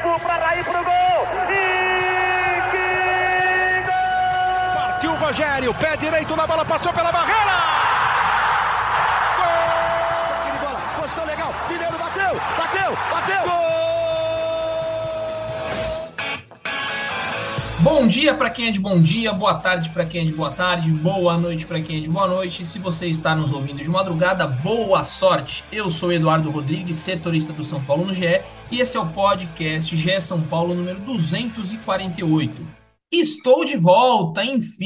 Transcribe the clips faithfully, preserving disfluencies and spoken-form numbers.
Cafu para Raí pro gol. E que gol! Partiu o Rogério, pé direito na bola, passou pela barreira. Gol! Bola, posição legal. Mineiro bateu, bateu, bateu. Gol! Bom dia para quem é de bom dia, boa tarde para quem é de boa tarde, boa noite para quem é de boa noite. Se você está nos ouvindo de madrugada, boa sorte. Eu sou Eduardo Rodrigues, setorista do São Paulo no G E, e esse é o podcast G E São Paulo número duzentos e quarenta e oito. Estou de volta,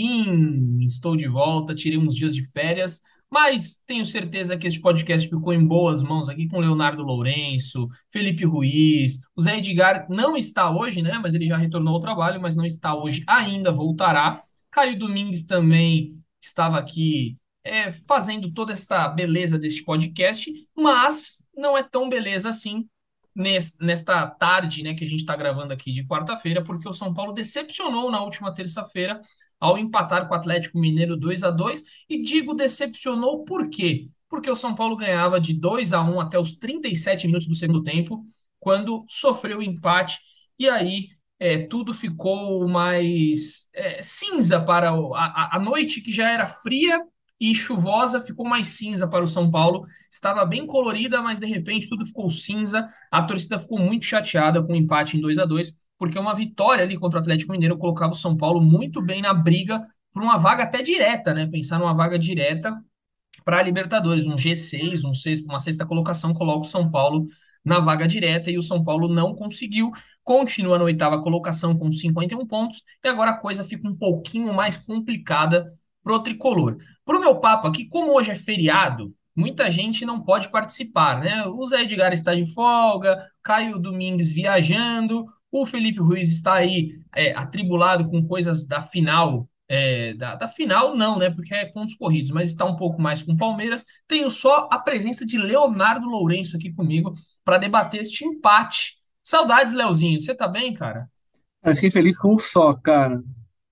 enfim, estou de volta, tirei uns dias de férias, mas tenho certeza que esse podcast ficou em boas mãos aqui com Leonardo Lourenço, Felipe Ruiz, o Zé Edgar não está hoje, né, mas ele já retornou ao trabalho, mas não está hoje ainda, voltará. Caio Domingues também estava aqui é, fazendo toda esta beleza deste podcast, mas não é tão beleza assim nes- nesta tarde, né, que a gente está gravando aqui de quarta-feira, porque o São Paulo decepcionou na última terça-feira ao empatar com o Atlético Mineiro dois a dois. E digo decepcionou por quê? Porque o São Paulo ganhava de dois a um até os trinta e sete minutos do segundo tempo, quando sofreu o empate, e aí é, tudo ficou mais é, cinza para o, a, a noite que já era fria e chuvosa, ficou mais cinza para o São Paulo. Estava bem colorida, mas de repente tudo ficou cinza. A torcida ficou muito chateada com o empate em dois a dois, porque uma vitória ali contra o Atlético Mineiro colocava o São Paulo muito bem na briga por uma vaga até direta, né? Pensar numa vaga direta para a Libertadores, um G seis, um sexto, uma sexta colocação coloca o São Paulo na vaga direta, e o São Paulo não conseguiu, continua na oitava colocação com cinquenta e um pontos, e agora a coisa fica um pouquinho mais complicada pro tricolor. Pro meu papo aqui, como hoje é feriado, muita gente não pode participar, né? O Zé Edgar está de folga, Caio Domingues viajando, o Felipe Ruiz está aí é, atribulado com coisas da final, é, da, da final não, né? Porque é pontos corridos, mas está um pouco mais com o Palmeiras. Tenho só a presença de Leonardo Lourenço aqui comigo para debater este empate. Saudades, Leozinho. Você tá bem, cara? Eu fiquei feliz com o só, cara.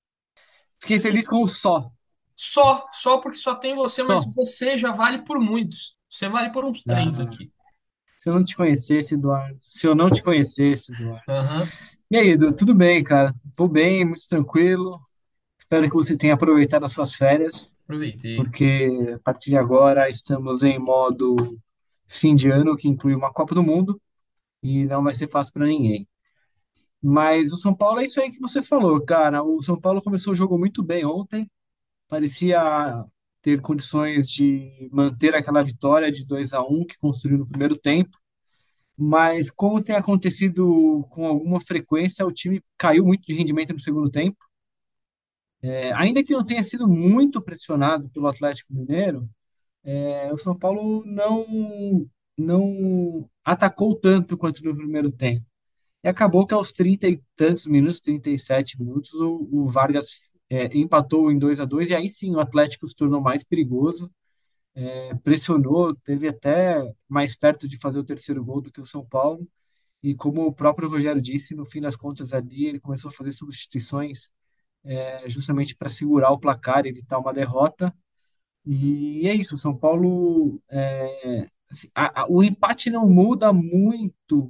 Fiquei feliz com o só. Só, só porque só tem você, mas Só. você já vale por muitos. Você vale por uns três Ah, aqui. se eu não te conhecesse, Eduardo. Se eu não te conhecesse, Eduardo. Aham. E aí, Edu, tudo bem, cara? Vou bem, muito tranquilo. Espero que você tenha aproveitado as suas férias, Aproveitei. porque a partir de agora estamos em modo fim de ano, que inclui uma Copa do Mundo, e não vai ser fácil para ninguém. Mas o São Paulo é isso aí que você falou, cara. O São Paulo começou o jogo muito bem ontem. Parecia ter condições de manter aquela vitória de dois a um que construiu no primeiro tempo, mas como tem acontecido com alguma frequência, o time caiu muito de rendimento no segundo tempo. É, ainda que não tenha sido muito pressionado pelo Atlético Mineiro, é, o São Paulo não, não atacou tanto quanto no primeiro tempo. E acabou que aos trinta e tantos minutos, trinta e sete minutos, o, o Vargas é, empatou em dois a dois, e aí sim o Atlético se tornou mais perigoso, é, pressionou, teve até mais perto de fazer o terceiro gol do que o São Paulo. E como o próprio Rogério disse, no fim das contas ali, ele começou a fazer substituições é, justamente para segurar o placar, evitar uma derrota. E é isso, o São Paulo. É, assim, a- a- o empate não muda muito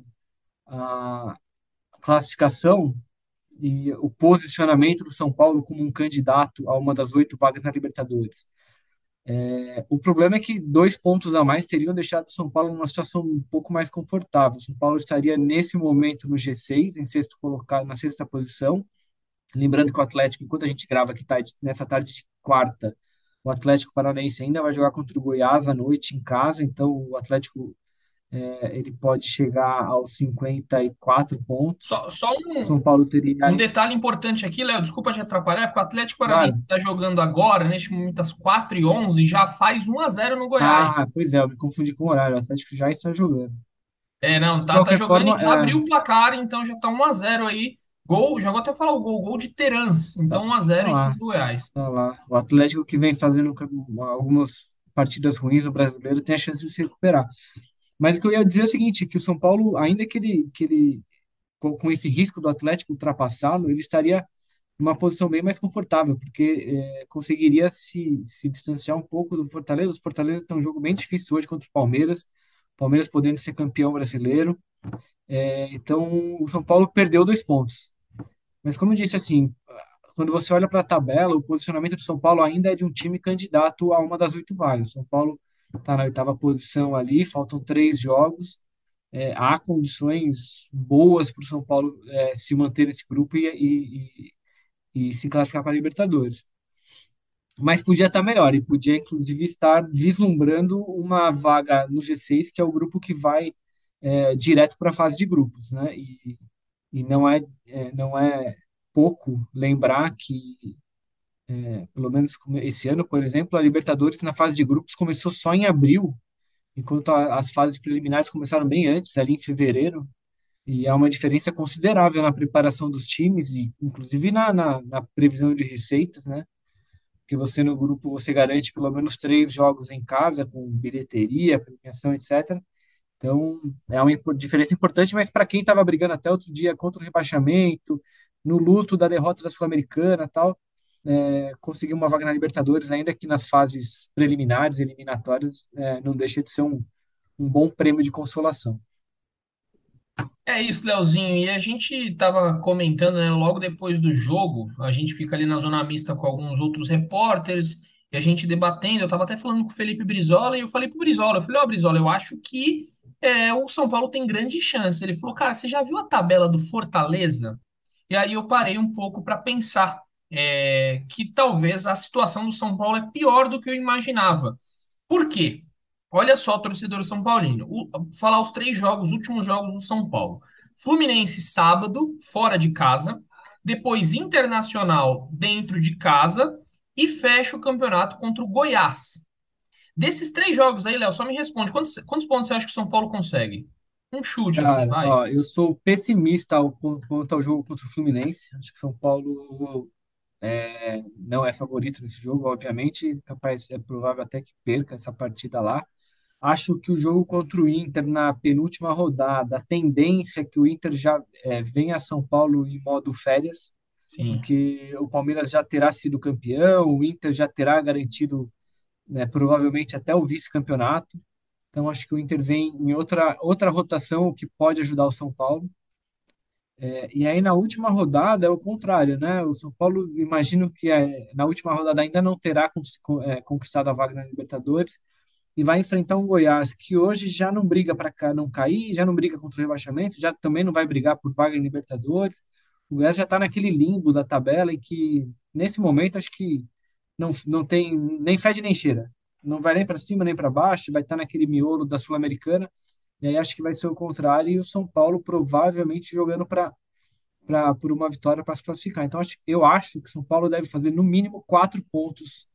a classificação e o posicionamento do São Paulo como um candidato a uma das oito vagas na Libertadores. É, o problema é que dois pontos a mais teriam deixado o São Paulo numa situação um pouco mais confortável. O São Paulo estaria nesse momento no G seis, em sexto colocado, na sexta posição. Lembrando que o Atlético, enquanto a gente grava aqui tá, nessa tarde de quarta, o Atlético Paranaense ainda vai jogar contra o Goiás à noite em casa, então o Atlético é, ele pode chegar aos cinquenta e quatro pontos. Só, só O São um, Paulo teria, um detalhe importante aqui, Léo, desculpa te atrapalhar, porque o Atlético Paranaense claro. está jogando agora, neste momento, às quatro e onze, já faz um a zero no Ah, Goiás. pois é, eu me confundi com o horário. O Atlético já está jogando. É, não, De tá, tá qualquer jogando forma, e já é, abriu o placar, então já tá um a zero aí. Gol, já vou até falar o gol, gol de Terans, então tá, um a tá zero em lá, cima do Goiás. tá lá. O Atlético que vem fazendo algumas partidas ruins no brasileiro tem a chance de se recuperar. Mas o que eu ia dizer é o seguinte, que o São Paulo, ainda que ele, que ele com, com esse risco do Atlético ultrapassá-lo, ele estaria numa posição bem mais confortável, porque é, conseguiria se, se distanciar um pouco do Fortaleza. O Fortaleza tem um jogo bem difícil hoje contra o Palmeiras, Palmeiras podendo ser campeão brasileiro. É, então, o São Paulo perdeu dois pontos. Mas, como eu disse, assim, quando você olha para a tabela, o posicionamento do São Paulo ainda é de um time candidato a uma das oito vagas. O São Paulo está na oitava posição ali, faltam três jogos. É, há condições boas para o São Paulo é, se manter nesse grupo e, e, e, e se classificar para a Libertadores. Mas podia estar melhor e podia, inclusive, estar vislumbrando uma vaga no G seis, que é o grupo que vai é, direto para a fase de grupos, né? E, e não é, é, não é pouco lembrar que, pelo menos esse ano, por exemplo, a Libertadores na fase de grupos começou só em abril, enquanto a, as fases preliminares começaram bem antes, ali em fevereiro. E há uma diferença considerável na preparação dos times e, inclusive, na, na, na previsão de receitas, né? Porque você no grupo você garante pelo menos três jogos em casa, com bilheteria, premiação, etcétera. Então, é uma impo- diferença importante, mas para quem estava brigando até outro dia contra o rebaixamento, no luto da derrota da Sul-Americana e tal, é, conseguir uma vaga na Libertadores, ainda que nas fases preliminares, eliminatórias, é, não deixa de ser um, um bom prêmio de consolação. É isso, Leozinho. E a gente tava comentando, né, logo depois do jogo, a gente fica ali na zona mista com alguns outros repórteres, e a gente debatendo. Eu tava até falando com o Felipe Brizola, e eu falei pro Brizola, eu falei, ó, Brizola, eu acho que é, o São Paulo tem grande chance. Ele falou, cara, você já viu a tabela do Fortaleza? E aí eu parei um pouco para pensar é, que talvez a situação do São Paulo é pior do que eu imaginava. Por quê? Olha só, torcedor São Paulino. O- falar os três jogos, os últimos jogos do São Paulo. Fluminense sábado, fora de casa. Depois Internacional dentro de casa. E fecha o campeonato contra o Goiás. Desses três jogos aí, Léo, só me responde. Quantos, quantos pontos você acha que o São Paulo consegue? Um chute assim, Cara, vai. ó, eu sou pessimista ao- quanto ao jogo contra o Fluminense. Acho que São Paulo é, não é favorito nesse jogo, obviamente. Capaz, é provável até que perca essa partida lá. Acho que o jogo contra o Inter na penúltima rodada, a tendência é que o Inter já é, venha a São Paulo em modo férias, Sim. porque o Palmeiras já terá sido campeão, o Inter já terá garantido, né, provavelmente até o vice-campeonato. Então acho que o Inter vem em outra, outra rotação, o que pode ajudar o São Paulo. É, e aí na última rodada é o contrário, né? O São Paulo, imagino que é, na última rodada ainda não terá cons- con- é, conquistado a vaga na Libertadores e vai enfrentar um Goiás que hoje já não briga para não cair, já não briga contra o rebaixamento, já também não vai brigar por vaga em Libertadores. O Goiás já está naquele limbo da tabela em que, nesse momento, acho que não, não tem nem fede nem cheira. Não vai nem para cima nem para baixo, vai estar naquele miolo da Sul-Americana. E aí acho que vai ser o contrário e o São Paulo provavelmente jogando para para por uma vitória para se classificar. Então acho, eu acho que o São Paulo deve fazer no mínimo quatro pontos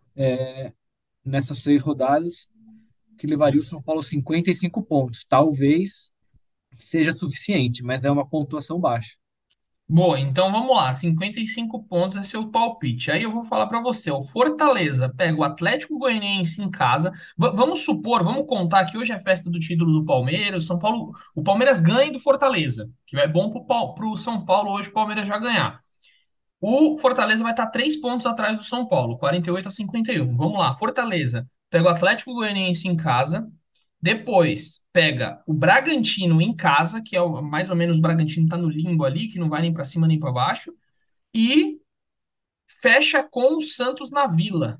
nessas três rodadas, que levaria o São Paulo a cinquenta e cinco pontos. Talvez seja suficiente, mas é uma pontuação baixa. Boa, então vamos lá. cinquenta e cinco pontos é seu palpite. Aí eu vou falar para você. O Fortaleza pega o Atlético Goianiense em casa. Va- vamos supor, vamos contar que hoje é festa do título do Palmeiras. São Paulo, o Palmeiras ganha do Fortaleza, que é bom para o São Paulo hoje o Palmeiras já ganhar. O Fortaleza vai estar três pontos atrás do São Paulo, quarenta e oito a cinquenta e um. Vamos lá, Fortaleza pega o Atlético Goianiense em casa, depois pega o Bragantino em casa, que é o, mais ou menos o Bragantino está no limbo ali, que não vai nem para cima nem para baixo, e fecha com o Santos na Vila.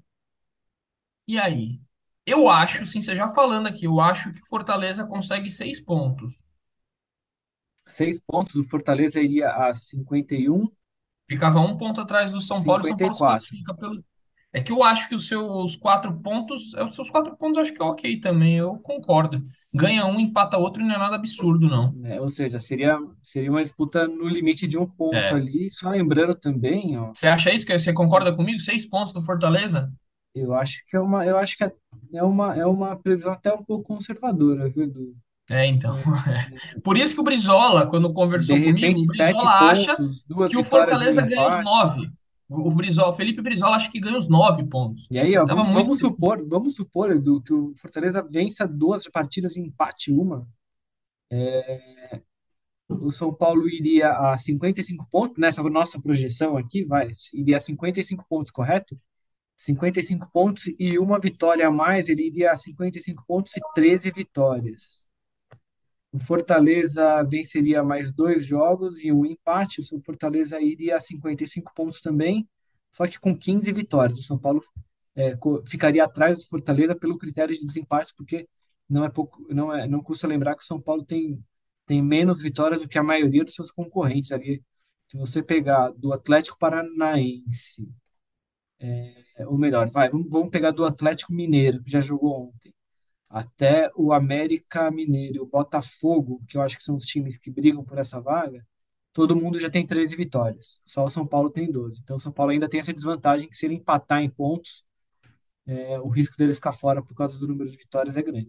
E aí? Eu acho, sim, você já falando aqui, eu acho que o Fortaleza consegue seis pontos. Seis pontos, o Fortaleza iria a cinquenta e um, Ficava um ponto atrás do São Paulo e o São cinquenta e Paulo se quatro. classifica pelo. É que eu acho que os seus quatro pontos. é, Os seus quatro pontos eu acho que é ok também, eu concordo. Ganha um, empata outro e não é nada absurdo, não. Né? Ou seja, seria, seria uma disputa no limite de um ponto É. ali. Só lembrando também, ó, Você acha isso? Que você concorda comigo? Seis pontos do Fortaleza? eu acho que é uma, eu acho que é é uma, é uma previsão até um pouco conservadora, viu, Edu? É, então. Por isso que o Brizola, quando De conversou comigo, o repente, sete Brizola acha pontos, duas que o vitórias e um Fortaleza ganha os empate. nove. O o Brizola, o Felipe Brizola acha que ganha os nove pontos. E aí, ó, Tava vamos, muito. vamos supor, vamos supor, Edu, que o Fortaleza vença duas partidas e empate uma. O São Paulo iria a cinquenta e cinco pontos, nessa nossa projeção aqui, vai, iria a cinquenta e cinco pontos, correto? cinquenta e cinco pontos e uma vitória a mais, ele iria a cinquenta e cinco pontos e treze vitórias. O Fortaleza venceria mais dois jogos e um empate. O Fortaleza iria a cinquenta e cinco pontos também, só que com quinze vitórias. O São Paulo é, co- ficaria atrás do Fortaleza pelo critério de desempate, porque não é pouco, não é, não custa lembrar que o São Paulo tem, tem menos vitórias do que a maioria dos seus concorrentes ali. Se você pegar do Atlético Paranaense, é, ou melhor, vai, vamos, vamos pegar do Atlético Mineiro, que já jogou ontem, até o América Mineiro e o Botafogo, que eu acho que são os times que brigam por essa vaga, todo mundo já tem treze vitórias. Só o São Paulo tem doze. Então o São Paulo ainda tem essa desvantagem que se ele empatar em pontos, é, o risco dele ficar fora por causa do número de vitórias é grande.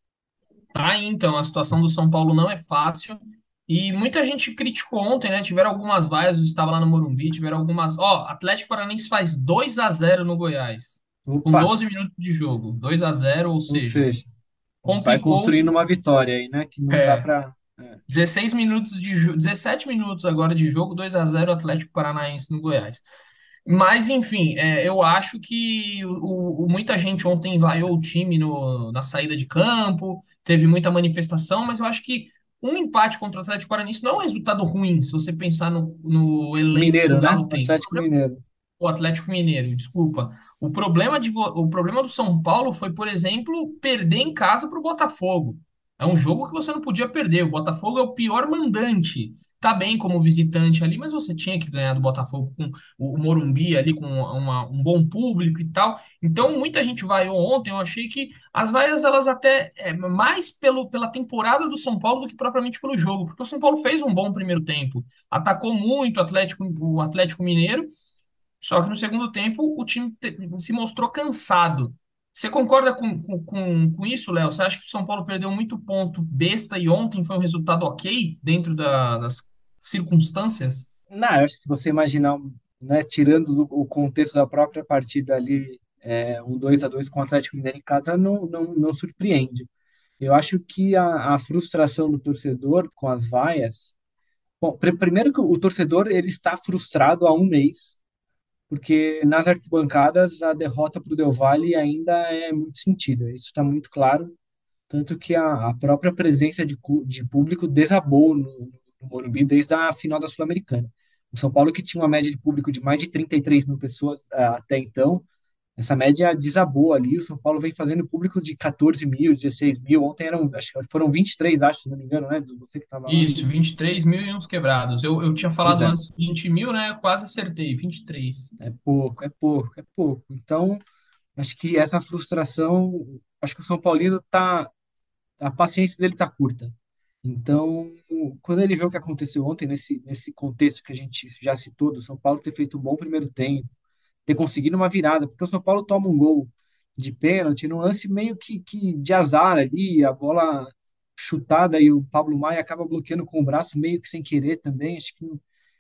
Tá aí, então, a situação do São Paulo não é fácil. E muita gente criticou ontem, né? Tiveram algumas vaias, eu estava lá no Morumbi, tiveram algumas. Ó, Atlético Paranaense faz dois a zero no Goiás, com Opa, doze minutos de jogo. Dois a zero, ou ou seja, seja, vai complicou. construindo uma vitória aí, né? Que não dá É, para. dezesseis minutos de jo- dezessete minutos agora de jogo, dois a zero Atlético Paranaense no Goiás. Mas, enfim, é, eu acho que o, o- muita gente ontem vaiou o time no, na saída de campo, teve muita manifestação, mas eu acho que um empate contra o Atlético Paranaense não é um resultado ruim, se você pensar no, no elenco que o Mineiro, né? Galo tem. Atlético Mineiro. O Atlético Mineiro, desculpa. O problema de, vo- o problema do São Paulo foi, por exemplo, perder em casa para o Botafogo. É um jogo que você não podia perder. O Botafogo é o pior mandante. Tá bem como visitante ali, mas você tinha que ganhar do Botafogo com o o Morumbi ali, com uma- um bom público e tal. Então, muita gente vaiou ontem. Eu achei que as vaias, elas até, é, mais pelo, pela temporada do São Paulo do que propriamente pelo jogo, porque o São Paulo fez um bom primeiro tempo. Atacou muito o Atlético, o Atlético Mineiro, só que no segundo tempo o time te- se mostrou cansado. Você concorda com, com, com, com isso, Léo? Você acha que o São Paulo perdeu muito ponto besta e ontem foi um resultado ok dentro da- das circunstâncias? Não, eu acho que se você imaginar, né, tirando do- o contexto da própria partida ali, é, um dois a dois com o Atlético Mineiro em casa, não, não, não surpreende. Eu acho que a, a frustração do torcedor com as vaias. Bom, pr- primeiro que o torcedor ele está frustrado há um mês, porque nas arquibancadas a derrota para o Del Valle ainda é muito sentida. Isso está muito claro, tanto que a, a própria presença de, cu- de público desabou no, no Morumbi desde a final da Sul-Americana. O São Paulo, que tinha uma média de público de mais de trinta e três mil pessoas ah, até então, essa média desabou ali. O São Paulo vem fazendo público de quatorze mil, dezesseis mil. Ontem eram, acho que foram vinte e três, acho, se não me engano, né? Você que estava lá. Isso, vinte e três mil e uns quebrados. Eu, eu tinha Pois falado é, antes vinte mil, né? Quase acertei, vinte e três. é pouco, é pouco, é pouco. Então, acho que essa frustração, acho que o São Paulino tá, a paciência dele tá curta. Então, quando ele vê o que aconteceu ontem, nesse, nesse contexto que a gente já citou, do São Paulo ter feito um bom primeiro tempo, ter conseguido uma virada, porque o São Paulo toma um gol de pênalti num lance meio que, que de azar ali, a bola chutada e o Pablo Maia acaba bloqueando com o braço meio que sem querer também. Acho que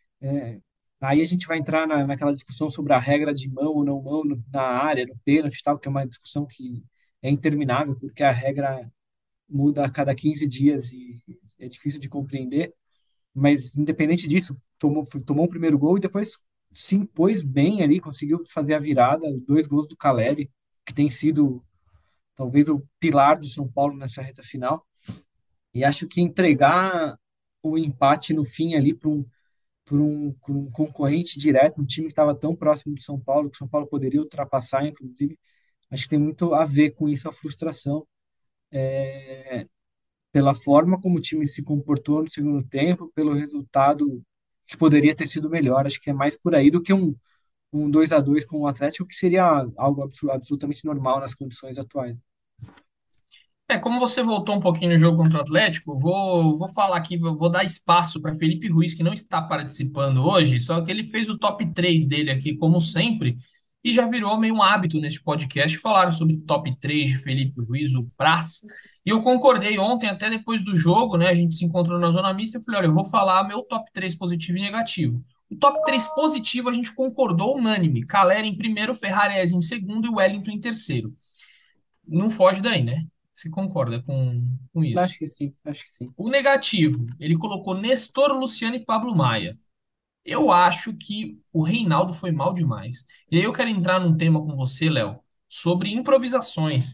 é, aí a gente vai entrar na, naquela discussão sobre a regra de mão ou não mão no- na área, no pênalti e tal, que é uma discussão que é interminável, porque a regra muda a cada quinze dias e é difícil de compreender. Mas, independente disso, tomou, foi- tomou o primeiro gol e depois se impôs bem ali, conseguiu fazer a virada, os dois gols do Caleri, que tem sido talvez o pilar do São Paulo nessa reta final. E acho que entregar o empate no fim ali para um, para um, pra um concorrente direto, um time que estava tão próximo do São Paulo, que o São Paulo poderia ultrapassar, inclusive, acho que tem muito a ver com isso, a frustração, pela forma como o time se comportou no segundo tempo, pelo resultado que poderia ter sido melhor. Acho que é mais por aí do que um, um dois a dois com o Atlético, que seria algo absu- absolutamente normal nas condições atuais. É, como você voltou um pouquinho no jogo contra o Atlético, vou, vou falar aqui, vou, vou dar espaço para Felipe Ruiz, que não está participando hoje, só que ele fez o top três dele aqui, como sempre, e já virou meio um hábito neste podcast falar sobre o top três de Felipe Ruiz, o Praz. E eu concordei ontem, até depois do jogo, né? A gente se encontrou na Zona Mista, eu falei, olha, eu vou falar meu top três positivo e negativo. O top três positivo a gente concordou unânime. Calera em primeiro, Ferrarese em segundo e Wellington em terceiro. Não foge daí, né? Você concorda com, com Acho isso? que sim, acho que sim. O negativo, ele colocou Nestor, Luciano e Pablo Maia. Eu acho que o Reinaldo foi mal demais. E aí eu quero entrar num tema com você, Léo, sobre improvisações.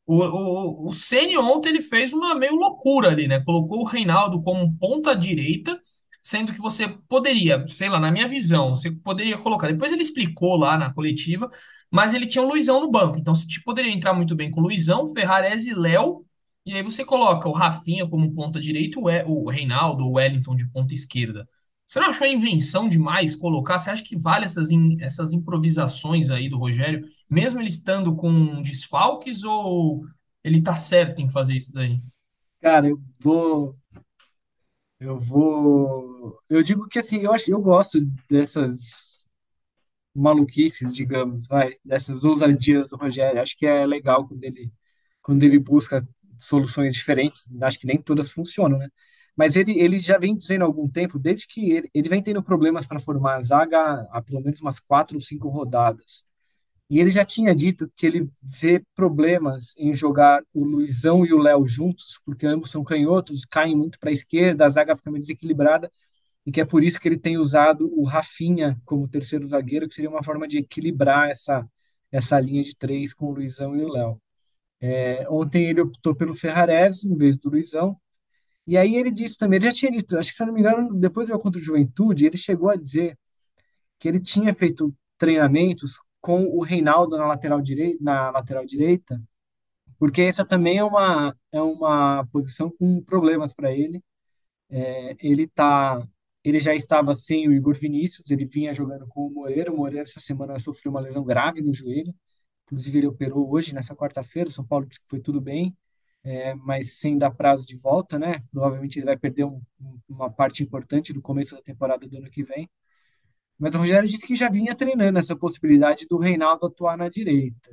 O, o, o Ceni ontem ele fez uma meio loucura ali, né? Colocou o Reinaldo como ponta direita, sendo que você poderia, sei lá, na minha visão, você poderia colocar. Depois ele explicou lá na coletiva, mas ele tinha o Luizão no banco. Então você tipo, poderia entrar muito bem com o Luizão, Ferrarese e Léo. E aí você coloca o Rafinha como ponta direita e o, E- o Reinaldo, o Wellington de ponta esquerda. Você não achou a invenção demais colocar? Você acha que vale essas, in- essas improvisações aí do Rogério? Mesmo ele estando com desfalques, ou ele tá certo em fazer isso daí? Cara, eu vou, eu vou, eu digo que assim, eu acho, eu gosto dessas maluquices, digamos, vai, dessas ousadias do Rogério. Acho que é legal quando ele, quando ele busca soluções diferentes. Acho que nem todas funcionam, né? Mas ele, ele já vem dizendo há algum tempo, desde que ele, ele vem tendo problemas para formar a zaga há pelo menos umas quatro ou cinco rodadas. E ele já tinha dito que ele vê problemas em jogar o Luizão e o Léo juntos, porque ambos são canhotos, caem muito para a esquerda, a zaga fica meio desequilibrada, e que é por isso que ele tem usado o Rafinha como terceiro zagueiro, que seria uma forma de equilibrar essa, essa linha de três com o Luizão e o Léo. É, ontem ele optou pelo Ferrarese em vez do Luizão, e aí ele disse também, ele já tinha dito, acho que se eu não me engano, depois do jogo contra o Juventude, ele chegou a dizer que ele tinha feito treinamentos com o Reinaldo na lateral direita, na lateral direita, porque essa também é uma é uma posição com problemas para ele. É, ele tá ele já estava sem o Igor Vinícius, ele vinha jogando com o Moreira. O Moreira essa semana sofreu uma lesão grave no joelho. Inclusive ele operou hoje nessa quarta-feira. O São Paulo disse que foi tudo bem, é, mas sem dar prazo de volta, né? Provavelmente ele vai perder um- um- uma parte importante do começo da temporada do ano que vem. Mas o Rogério disse que já vinha treinando essa possibilidade do Reinaldo atuar na direita.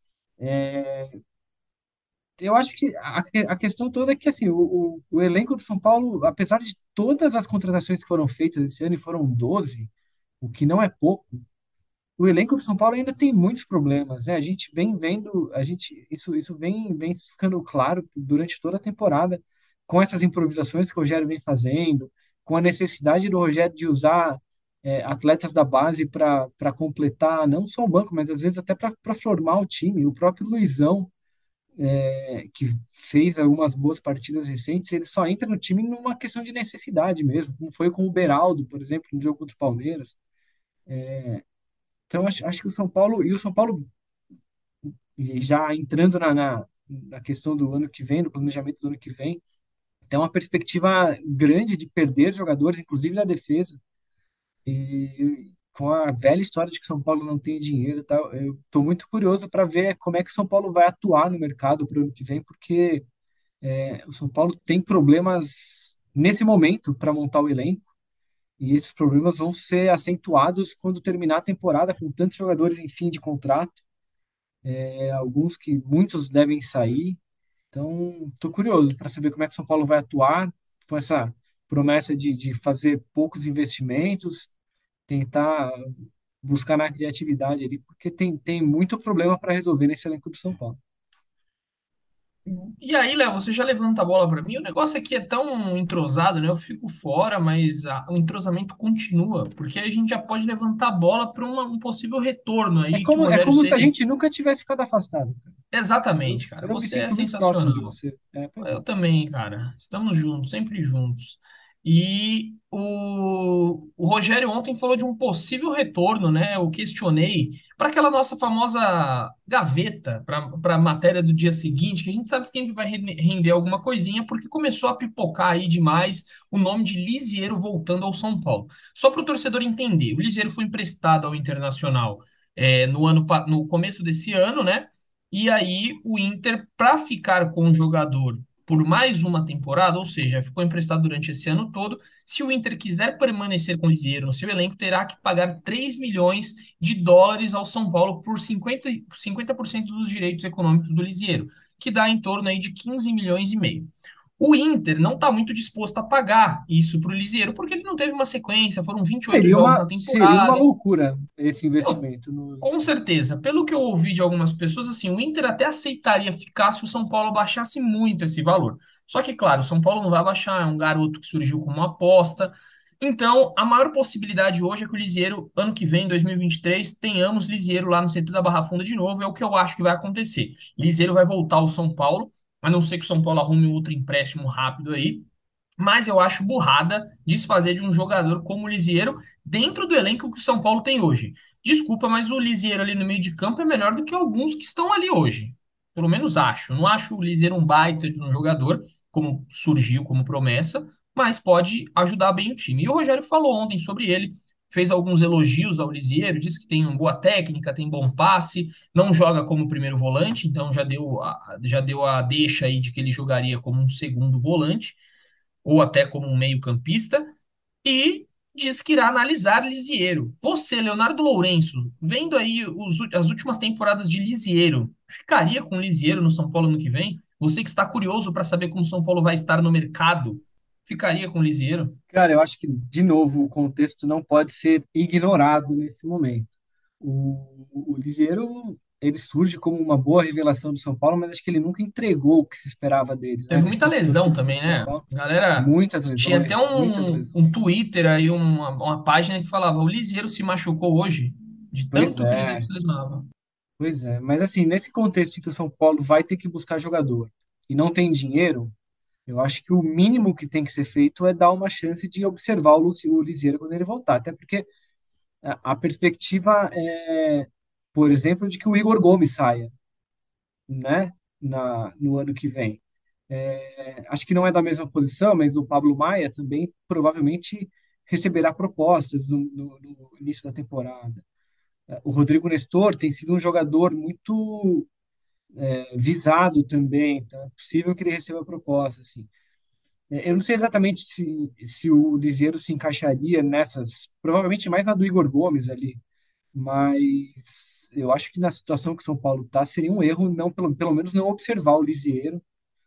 Eu acho que a, a questão toda é que assim, o, o, o elenco do São Paulo, apesar de todas as contratações que foram feitas esse ano, e foram doze, o que não é pouco, o elenco do São Paulo ainda tem muitos problemas, né? A gente vem vendo, a gente, isso, isso vem, vem ficando claro durante toda a temporada, com essas improvisações que o Rogério vem fazendo, com a necessidade do Rogério de usar é, atletas da base para para completar não só o banco, mas às vezes até para formar o time. O próprio Luizão, é, que fez algumas boas partidas recentes, ele só entra no time numa questão de necessidade mesmo, como foi com o Beraldo, por exemplo, no jogo contra o Palmeiras. Então, acho, acho que o São Paulo, e o São Paulo e já entrando na, na, na questão do ano que vem, do planejamento do ano que vem, tem uma perspectiva grande de perder jogadores, inclusive na defesa. E com a velha história de que São Paulo não tem dinheiro e tal, eu estou muito curioso para ver como é que São Paulo vai atuar no mercado para o ano que vem, porque é, o São Paulo tem problemas nesse momento para montar o elenco. E esses problemas vão ser acentuados quando terminar a temporada com tantos jogadores em fim de contrato, é, alguns que muitos devem sair. Então, estou curioso para saber como é que São Paulo vai atuar com essa promessa de, de fazer poucos investimentos, tentar buscar na criatividade ali, porque tem, tem muito problema para resolver nesse elenco do São Paulo. E aí, Léo, você já levanta a bola para mim? O negócio aqui é tão entrosado, né? Eu fico fora, mas a- o entrosamento continua, porque a gente já pode levantar a bola para um possível retorno É aí que o como, é Rogério como se a Ceni. gente nunca tivesse ficado afastado, cara. Eu, Exatamente, cara. eu me Você é sinto muito próximo de sensacional. você. É, pois é. Eu também, cara. Estamos juntos, sempre juntos. E o, o Rogério ontem falou de um possível retorno, né? Eu questionei para aquela nossa famosa gaveta, para a matéria do dia seguinte, que a gente sabe que sempre vai rende- render alguma coisinha, porque começou a pipocar aí demais o nome de Liziero voltando ao São Paulo. Só para o torcedor entender, o Liziero foi emprestado ao Internacional é, no ano, pa- no começo desse ano, né? E aí o Inter, para ficar com o jogador por mais uma temporada, ou seja, ficou emprestado durante esse ano todo. Se o Inter quiser permanecer com o Lisieiro no seu elenco, terá que pagar três milhões de dólares ao São Paulo por cinquenta, cinquenta por cento dos direitos econômicos do Lisieiro, que dá em torno aí de quinze milhões e meio. O Inter não está muito disposto a pagar isso para o Lisieiro, porque ele não teve uma sequência, foram vinte e oito Seria jogos uma, na seria uma temporada. loucura esse Pô, investimento. No... com certeza. Pelo que eu ouvi de algumas pessoas, assim, o Inter até aceitaria ficar se o São Paulo baixasse muito esse valor. Só que, claro, o São Paulo não vai baixar, é um garoto que surgiu como uma aposta. Então, a maior possibilidade hoje é que o Liziero, ano que vem, dois mil e vinte e três, tenhamos Liziero lá no C T da Barra Funda de novo. É o que eu acho que vai acontecer. Liziero vai voltar ao São Paulo, a não ser que o São Paulo arrume um outro empréstimo rápido aí. Mas eu acho burrada desfazer de um jogador como o Liziero dentro do elenco que o São Paulo tem hoje. Desculpa, mas o Liziero ali no meio de campo é melhor do que alguns que estão ali hoje. Pelo menos acho. Não acho o Liziero um baita de um jogador, como surgiu como promessa, mas pode ajudar bem o time. E o Rogério falou ontem sobre ele, fez alguns elogios ao Liziero, disse que tem uma boa técnica, tem bom passe, não joga como primeiro volante, então já deu a, já deu a deixa aí de que ele jogaria como um segundo volante ou até como um meio-campista, e diz que irá analisar Lisiero. Você, Leonardo Lourenço, vendo aí os ú- as últimas temporadas de Lisiero, ficaria com Lisiero no São Paulo ano que vem? Você que está curioso para saber como o São Paulo vai estar no mercado, ficaria com Lisiero? Cara, eu acho que, de novo, o contexto não pode ser ignorado nesse momento. O, o Liseiro, ele surge como uma boa revelação do São Paulo, mas acho que ele nunca entregou o que se esperava dele, né, Teve nesse muita pouco tempo que lesão ele ficou também, no São né? Paulo. A galera Muitas tinha até lesões, muitas um, um lesões. Twitter aí, uma, uma página que falava: o Lisiero se machucou hoje, de Pois tanto que o Lisiero é, se lesionava. pois é. Mas assim, nesse contexto em que o São Paulo vai ter que buscar jogador e não tem dinheiro, eu acho que o mínimo que tem que ser feito é dar uma chance de observar o, Luci- o Liseiro quando ele voltar. Até porque a, a perspectiva é, por exemplo, de que o Igor Gomes saia, né, na, no ano que vem. É, acho que não é da mesma posição, mas o Pablo Maia também provavelmente receberá propostas no, no- no início da temporada. É, o Rodrigo Nestor tem sido um jogador muito é, visado também, então é possível que ele receba proposta, assim. É, eu não sei exatamente se, se o Liseiro se encaixaria nessas, provavelmente mais na do Igor Gomes ali, mas eu acho que na situação que o São Paulo está, seria um erro não pelo, pelo menos não observar o Lisieiro,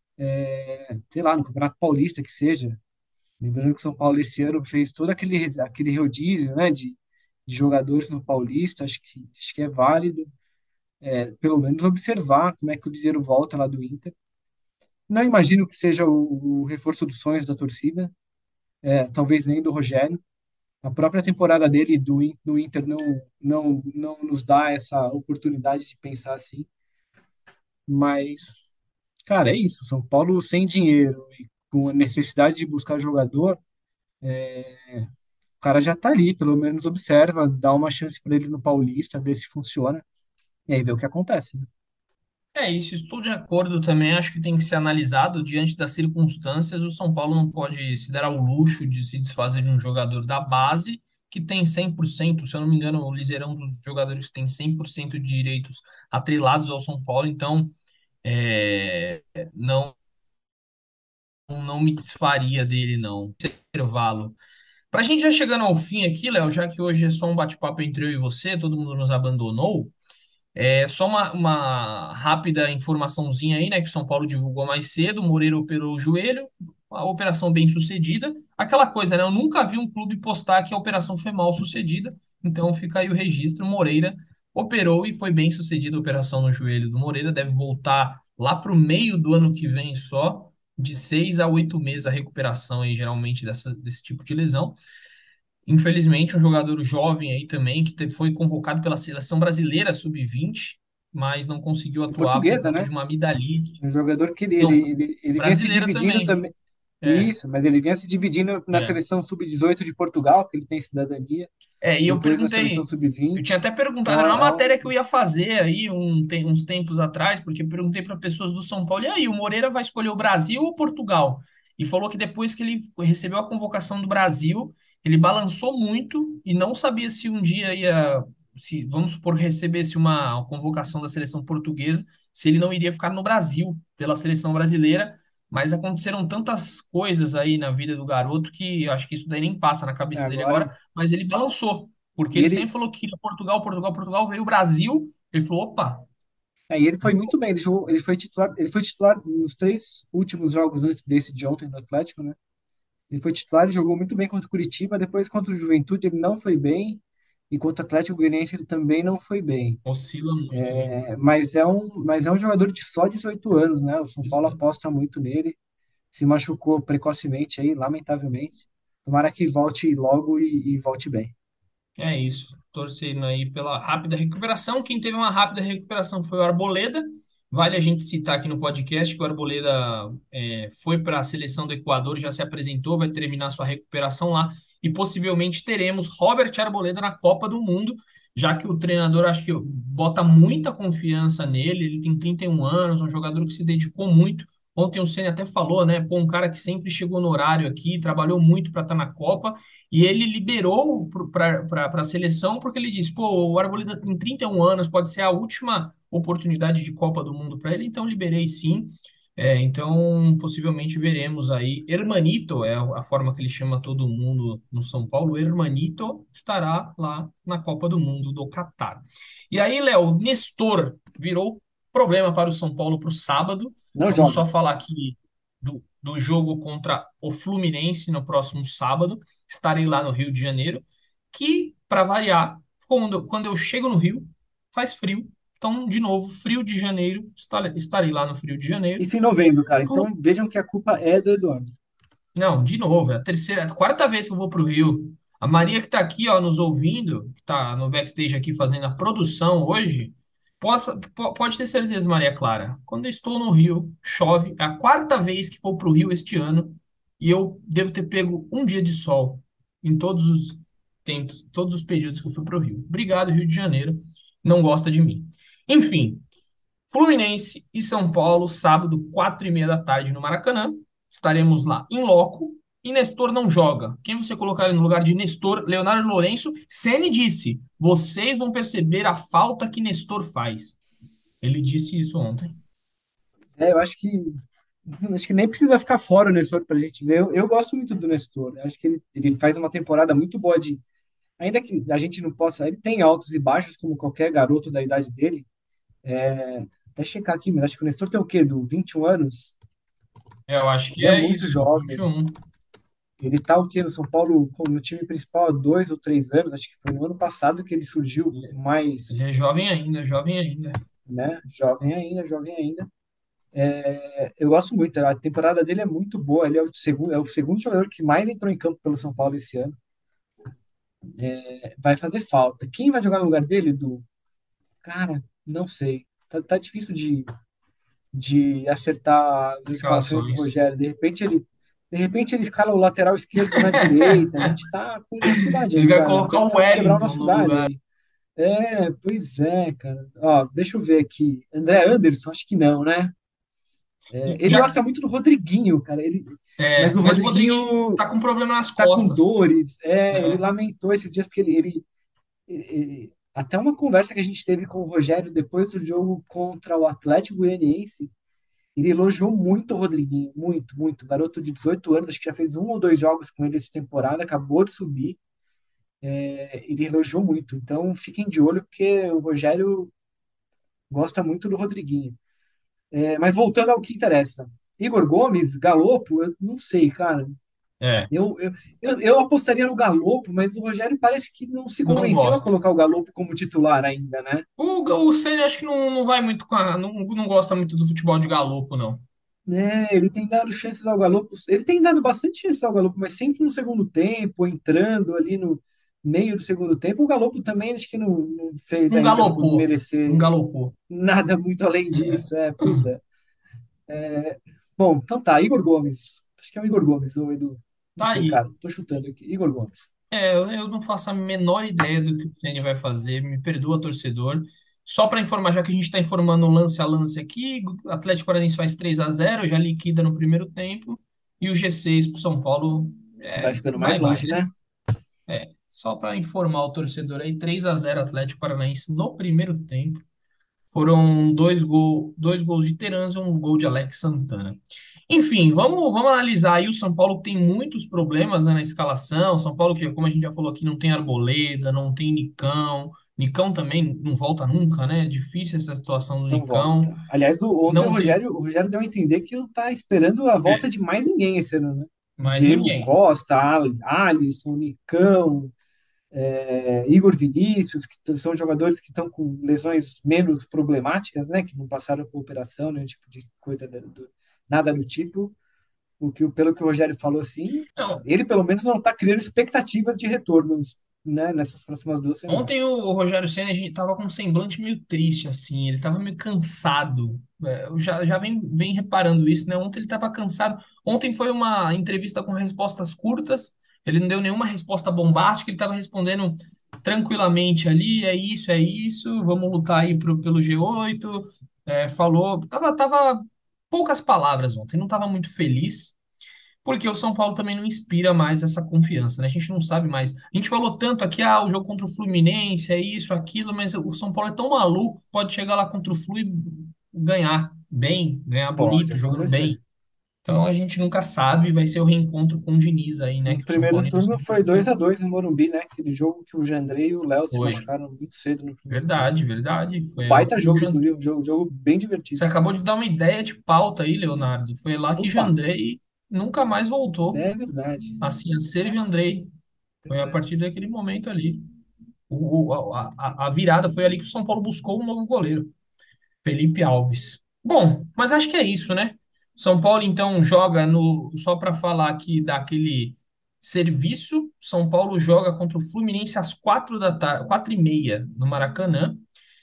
sei lá, no Campeonato Paulista que seja. Lembrando que o São Paulo esse ano fez todo aquele aquele rodízio, né, de, de jogadores no Paulista, acho que acho que é válido, é, pelo menos observar como é que o Lisieiro volta lá do Inter. Não imagino que seja o, o reforço dos sonhos da torcida, é, talvez nem do Rogério. A própria temporada dele do, In- no Inter não, não, não nos dá essa oportunidade de pensar assim. Mas, cara, é isso. São Paulo sem dinheiro e com a necessidade de buscar jogador, o cara já tá ali, pelo menos observa, dá uma chance para ele no Paulista, ver se funciona, e aí vê o que acontece, né? É isso, estou de acordo também. Acho que tem que ser analisado diante das circunstâncias. O São Paulo não pode se dar ao luxo de se desfazer de um jogador da base que tem cem por cento, se eu não me engano, o Liseiro é um dos jogadores que tem cem por cento de direitos atrelados ao São Paulo. Então, é, não, não me desfaria dele, não. Intervalo. Para a gente já chegando ao fim aqui, Léo, já que hoje é só um bate-papo entre eu e você, todo mundo nos abandonou. É só uma, uma rápida informaçãozinha aí, né, que o São Paulo divulgou mais cedo, o Moreira operou o joelho, a operação bem sucedida. Aquela coisa, né, eu nunca vi um clube postar que a operação foi mal sucedida, então fica aí o registro, Moreira operou e foi bem sucedida a operação no joelho do Moreira, deve voltar lá para o meio do ano que vem só, de seis a oito meses a recuperação aí, geralmente, dessa, desse tipo de lesão. Infelizmente, um jogador jovem aí também, que te- foi convocado pela seleção brasileira sub vinte, mas não conseguiu E atuar por portuguesa, conta né? de uma amidalite. Um jogador que ele, ele, Não, ele, ele vinha se brasileira dividindo também. também. É, Isso, mas ele vinha se dividindo na é. seleção sub dezoito de Portugal, que ele tem cidadania, É, e eu depois na seleção perguntei, sub eu tinha vinte. até É, perguntado, era uma uma- é matéria que um. eu ia fazer aí um, tem- uns tempos atrás, porque eu perguntei para pessoas do São Paulo, e aí, o Moreira vai escolher o Brasil ou Portugal? E falou que depois que ele recebeu a convocação do Brasil, ele balançou muito e não sabia se um dia ia, se, vamos supor, recebesse uma convocação da seleção portuguesa, se ele não iria ficar no Brasil pela seleção brasileira. Mas aconteceram tantas coisas aí na vida do garoto que eu acho que isso daí nem passa na É, cabeça dele agora, agora. mas ele balançou, porque E ele sempre ele, falou que queria Portugal, Portugal, Portugal, veio o Brasil, ele falou, opa, é, e ele foi muito bem. Ele jogou, ele foi titular, ele foi titular nos três últimos jogos antes desse de ontem do Atlético, né? Ele foi titular e jogou muito bem contra o Curitiba. Depois, contra o Juventude, ele não foi bem. E contra o Atlético Goianiense, ele também não foi bem. oscila muito, né? É, mas é um, mas é um jogador de só dezoito anos, né? O São Pois Paulo é. aposta muito nele. Se machucou precocemente aí, lamentavelmente. Tomara que volte logo e, e volte bem. É isso. Torcendo aí pela rápida recuperação. Quem teve uma rápida recuperação foi o Arboleda. Vale a gente citar aqui no podcast que o Arboleda é, foi para a seleção do Equador, já se apresentou, vai terminar sua recuperação lá. E possivelmente teremos Robert Arboleda na Copa do Mundo, já que o treinador acho que bota muita confiança nele. Ele tem trinta e um anos, um jogador que se dedicou muito. Ontem o Ceni até falou, né? Pô, um cara que sempre chegou no horário aqui, trabalhou muito para estar na Copa. E ele liberou para a seleção porque ele disse: pô, o Arboleda tem trinta e um anos, pode ser a última oportunidade de Copa do Mundo para ele, então liberei sim. É, então, possivelmente veremos aí. Hermanito é a forma que ele chama todo mundo no São Paulo. Hermanito estará lá na Copa do Mundo do Catar. E aí, Léo, Nestor virou problema para o São Paulo para o sábado. Não Vamos joga. só falar aqui do, do jogo contra o Fluminense no próximo sábado. Estarei lá no Rio de Janeiro, que, para variar, quando, quando eu chego no Rio, faz frio. Então, de novo, frio de janeiro, esta- estarei lá no frio de janeiro. Isso em novembro, cara. Então vejam que a culpa é do Eduardo. Não, de novo, é a terceira, a quarta vez que eu vou pro Rio. A Maria que tá aqui, ó, nos ouvindo, que tá no backstage aqui fazendo a produção hoje, possa, po- pode ter certeza, Maria Clara. Quando eu estou no Rio, chove. É a quarta vez que vou pro Rio este ano e eu devo ter pego um dia de sol em todos os tempos, todos os períodos que eu fui pro Rio. Obrigado, Rio de Janeiro. Não gosta de mim. Enfim, Fluminense e São Paulo, sábado, quatro e meia da tarde no Maracanã. Estaremos lá em loco. E Nestor não joga. Quem você colocaria no lugar de Nestor? Leonardo Lourenço. Ceni disse: vocês vão perceber a falta que Nestor faz. Ele disse isso ontem. É, eu acho que acho que nem precisa ficar fora o Nestor pra gente ver. Eu, eu gosto muito do Nestor. Eu acho que ele, ele faz uma temporada muito boa de. Ainda que a gente não possa. Ele tem altos e baixos, como qualquer garoto da idade dele. É, até checar aqui, mas acho que o Nestor tem o quê? Do vinte e um anos? Eu acho que Ele é é muito isso. jovem. vinte e um. Ele tá o quê? No São Paulo, como no time principal há dois ou três anos. Acho que foi no ano passado que ele surgiu Ele ele mais, é jovem ainda, jovem ainda. né? Jovem ainda, jovem ainda. É, eu gosto muito. A temporada dele é muito boa. Ele é o segundo, é o segundo jogador que mais entrou em campo pelo São Paulo esse ano. É, vai fazer falta. Quem vai jogar no lugar dele, do cara, não sei. Tá, tá difícil de, de acertar as escalações do Escalações. Rogério. De repente ele, de repente ele escala o lateral esquerdo na direita. A gente tá com dificuldade Ele aí, vai cara. colocar Temos o que quebrar o Wellington nosso no galho lugar. aí. É, pois é, cara. Ó, deixa eu ver aqui. André Anderson, acho que não, né? E, É, e ele a- gosta muito do Rodriguinho, cara. Ele, mas é, o mas o Rodriguinho Rodriguinho tá com problema nas tá com costas, dores. É, ele né? lamentou esses dias porque ele, ele, ele- até uma conversa que a gente teve com o Rogério depois do jogo contra o Atlético Goianiense, ele elogiou muito o Rodriguinho, muito, muito. Garoto de dezoito anos, acho que já fez um ou dois jogos com ele essa temporada, acabou de subir. É, ele elogiou muito. Então fiquem de olho porque o Rogério gosta muito do Rodriguinho. É, mas voltando ao que interessa. Igor Gomes, Galopo, eu não sei, cara. É, Eu, eu, eu, eu apostaria no Galopo, mas o Rogério parece que não se não convenceu a gosto. colocar o Galopo como titular ainda, né? O, o Ceni acho que não, não vai muito com a, não, não gosta muito do futebol de galopo, não. É, ele tem dado chances ao Galopo, ele tem dado bastante chances ao Galopo, mas sempre no segundo tempo, entrando ali no meio do segundo tempo. O Galopo também acho que não, não fez Não ainda por galopou, não merecer galopou. nada muito além disso. É, pois é. Bom, então tá, Igor Gomes. Acho que é o Igor Gomes, ou Edu. Não Tá sei, aí. cara. Tô chutando aqui. Igor Gomes. É, eu, eu não faço a menor ideia do que o Ceni vai fazer, me perdoa, torcedor. Só para informar, já que a gente está informando lance a lance aqui, o Atlético Paranaense faz três a zero, já liquida no primeiro tempo, e o G seis para São Paulo Vai é, ficando mais vai, vai, longe, né? né? É, só para informar o torcedor aí, três a zero Atlético Paranaense no primeiro tempo. Foram dois, gol, dois gols de Terans e um gol de Alex Santana. Enfim, vamos, vamos analisar aí o São Paulo que tem muitos problemas, né, na escalação. São Paulo que, como a gente já falou aqui, não tem Arboleda, não tem Nicão. Nicão também não volta nunca, né? É difícil essa situação do Não Nicão. volta. Aliás, o- ontem o Não tem Rogério, o Rogério deu a entender que não tá esperando a volta é, de mais ninguém esse ano, né? mais Diego ninguém. Costa, Al- Alisson, Nicão, é, Igor Vinícius, que t- são jogadores que estão com lesões menos problemáticas, né? Que não passaram por operação, nenhum tipo de coisa do, do- nada do tipo. o que, pelo que o Rogério falou, assim, Não, ele pelo menos não está criando expectativas de retornos, né, nessas próximas duas semanas. ontem o Rogério Ceni, a gente tava com um semblante meio triste, assim, ele tava meio cansado. É, eu já, já vem, vem reparando isso, né? Ontem ele tava cansado. Ontem foi uma entrevista com respostas curtas, ele não deu nenhuma resposta bombástica, ele tava respondendo tranquilamente ali, é isso, é isso, vamos lutar aí pro, pelo G oito. É, falou, tava, tava poucas palavras ontem, não tava muito feliz. Porque o São Paulo também não inspira mais essa confiança, né? A gente não sabe mais. A gente falou tanto aqui, ah, o jogo contra o Fluminense é isso, aquilo, mas o São Paulo é tão maluco, pode chegar lá contra o Flu e ganhar bem, ganhar Pode bonito, jogando acontecer. bem. Então a gente nunca sabe, vai ser o reencontro com o Diniz aí, né? No Que o São primeiro Paulo ainda turno não foi dois perdeu. a dois no Morumbi, né? Aquele jogo que o Jandrei e o Léo se Foi. machucaram muito cedo no primeiro turno. Verdade, verdade. Foi lá Baita que o jogo, Jan- inclusive, um jogo, jogo bem Você divertido. acabou de dar uma ideia de pauta aí, Leonardo. Foi lá que Opa, Jandrei nunca mais voltou. é verdade. Assim, a ser Jandrei. Foi a partir daquele momento ali. O, o- a, a a virada foi ali que o São Paulo buscou um novo goleiro, Felipe Alves. Bom, mas acho que é isso, né? São Paulo então joga no. Só para falar aqui daquele serviço, São Paulo joga contra o Fluminense às quatro da tarde, quatro e meia no Maracanã.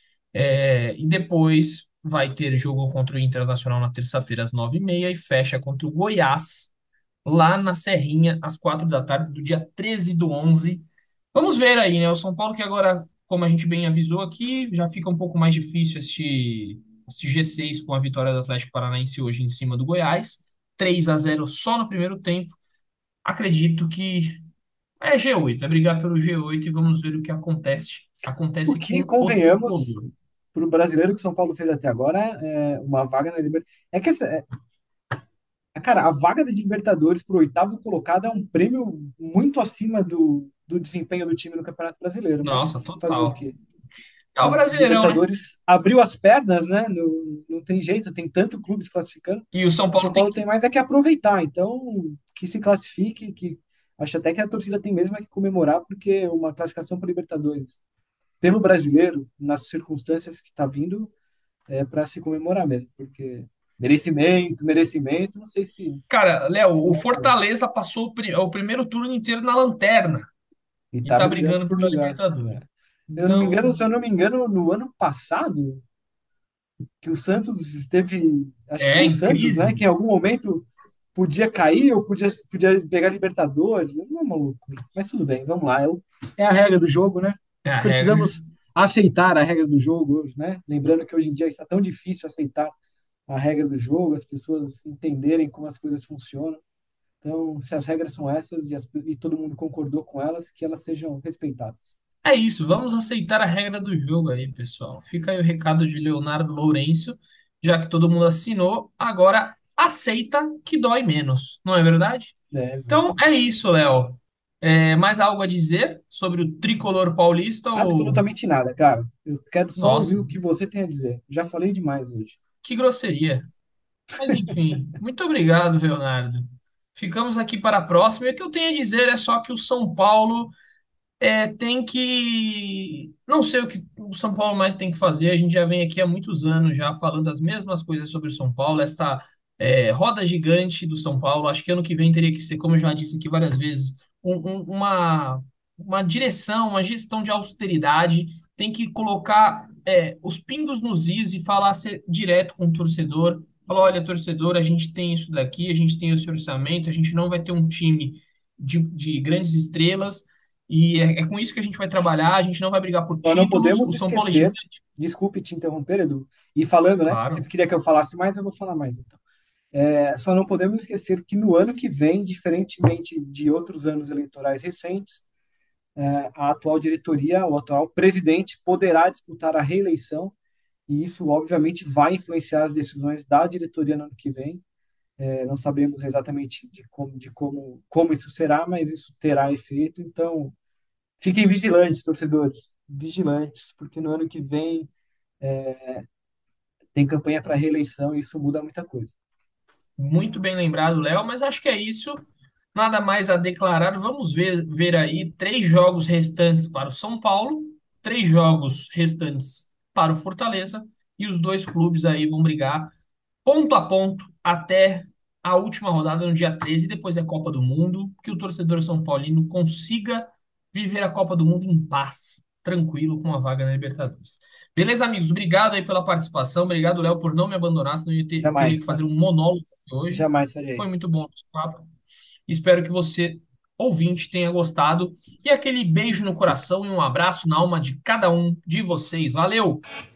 É, e depois vai ter jogo contra o Internacional na terça-feira às nove e meia e fecha contra o Goiás lá na Serrinha às quatro da tarde do dia treze do onze. Vamos ver aí, né? O São Paulo que agora, como a gente bem avisou aqui, já fica um pouco mais difícil este, este G seis com a vitória do Atlético Paranaense hoje em cima do Goiás. três a zero só no primeiro tempo. Acredito que é G oito, é brigar pelo G oito e vamos ver o que acontece, O acontece que, com o convenhamos, tricolor. para o brasileiro que o São Paulo fez até agora, é uma vaga na Libertadores. É que, essa- é, cara, a vaga de Libertadores para o oitavo colocado é um prêmio muito acima do, do desempenho do time no Campeonato Brasileiro. Nossa, Mas fazer o total. quê? É o As Brasileirão, né? Libertadores abriu as pernas, né? Não, não tem jeito, tem tanto clube se classificando. E o São O Paulo São tem Paulo tem que. mais é que aproveitar. Então, que se classifique, que acho até que a torcida tem mesmo é que comemorar, porque uma classificação para Libertadores pelo brasileiro, nas circunstâncias que está vindo, é para se comemorar mesmo, porque merecimento, merecimento, não sei se, Cara, Léo, se o é a palavra. Fortaleza passou o, pri- o primeiro turno inteiro na lanterna E e tá tá brigando brigando por pela lugar. Libertadores. É. Eu não me engano, Então, se eu não me engano, no ano passado, que o Santos esteve, acho que é foi o em Santos, né, crise. que em algum momento podia cair ou podia, podia pegar Libertadores. Não é uma loucura. Mas tudo bem, vamos lá. É, o- é a regra do jogo, né? É a regra. Precisamos aceitar a regra do jogo hoje, né? Lembrando que hoje em dia está tão difícil aceitar a regra do jogo, as pessoas entenderem como as coisas funcionam. Então, se as regras são essas e, as- e todo mundo concordou com elas, que elas sejam respeitadas. É isso, vamos aceitar a regra do jogo aí, pessoal. Fica aí o recado de Leonardo Lourenço, já que todo mundo assinou, agora aceita que dói menos, não é verdade? É, Então é exatamente. isso, Léo. É, mais algo a dizer sobre o tricolor paulista ou. Absolutamente nada, cara. Eu quero só ouvir Nossa, o que você tem a dizer. Já falei demais hoje. que grosseria. Mas enfim, muito obrigado, Leonardo. Ficamos aqui para a próxima. E o que eu tenho a dizer é só que o São Paulo é, tem que. Não sei o que o São Paulo mais tem que fazer. A gente já vem aqui há muitos anos já falando as mesmas coisas sobre o São Paulo. Esta é, roda gigante do São Paulo. Acho que ano que vem teria que ser, como eu já disse aqui várias vezes, um- um- uma, uma direção, uma gestão de austeridade. Tem que colocar é, os pingos nos is e falar ser direto com o torcedor. Falar, olha, torcedor, a gente tem isso daqui, a gente tem esse orçamento, a gente não vai ter um time de, de grandes estrelas. E é, é com isso que a gente vai trabalhar. A gente não vai brigar por Só não títulos. O podemos São Paulo é esquecer, gigante, desculpe te interromper, Edu, e falando, né? Você claro. queria que eu falasse mais, eu vou falar mais, então. É, só não podemos esquecer que no ano que vem, diferentemente de outros anos eleitorais recentes, é, a atual diretoria, o atual presidente, poderá disputar a reeleição, e isso, obviamente, vai influenciar as decisões da diretoria no ano que vem. É, não sabemos exatamente de como, de como, como isso será, mas isso terá efeito. Então, fiquem vigilantes, torcedores, vigilantes, porque no ano que vem tem campanha para reeleição e isso muda muita coisa. Muito bem lembrado, Léo. Mas acho que é isso. Nada mais a declarar. Vamos ver, ver aí três jogos restantes para o São Paulo, três jogos restantes para o Fortaleza. E os dois clubes aí vão brigar ponto a ponto até a última rodada no dia treze, depois é Copa do Mundo, que o torcedor São Paulino consiga viver a Copa do Mundo em paz, tranquilo, com uma vaga na Libertadores. Beleza, amigos? Obrigado aí pela participação. Obrigado, Léo, por não me abandonar, senão eu ia ter- teria Jamais, que fazer cara. um monólogo hoje. Jamais faria Foi isso. muito bom esse papo. Espero que você, ouvinte, tenha gostado. E aquele beijo no coração e um abraço na alma de cada um de vocês. Valeu!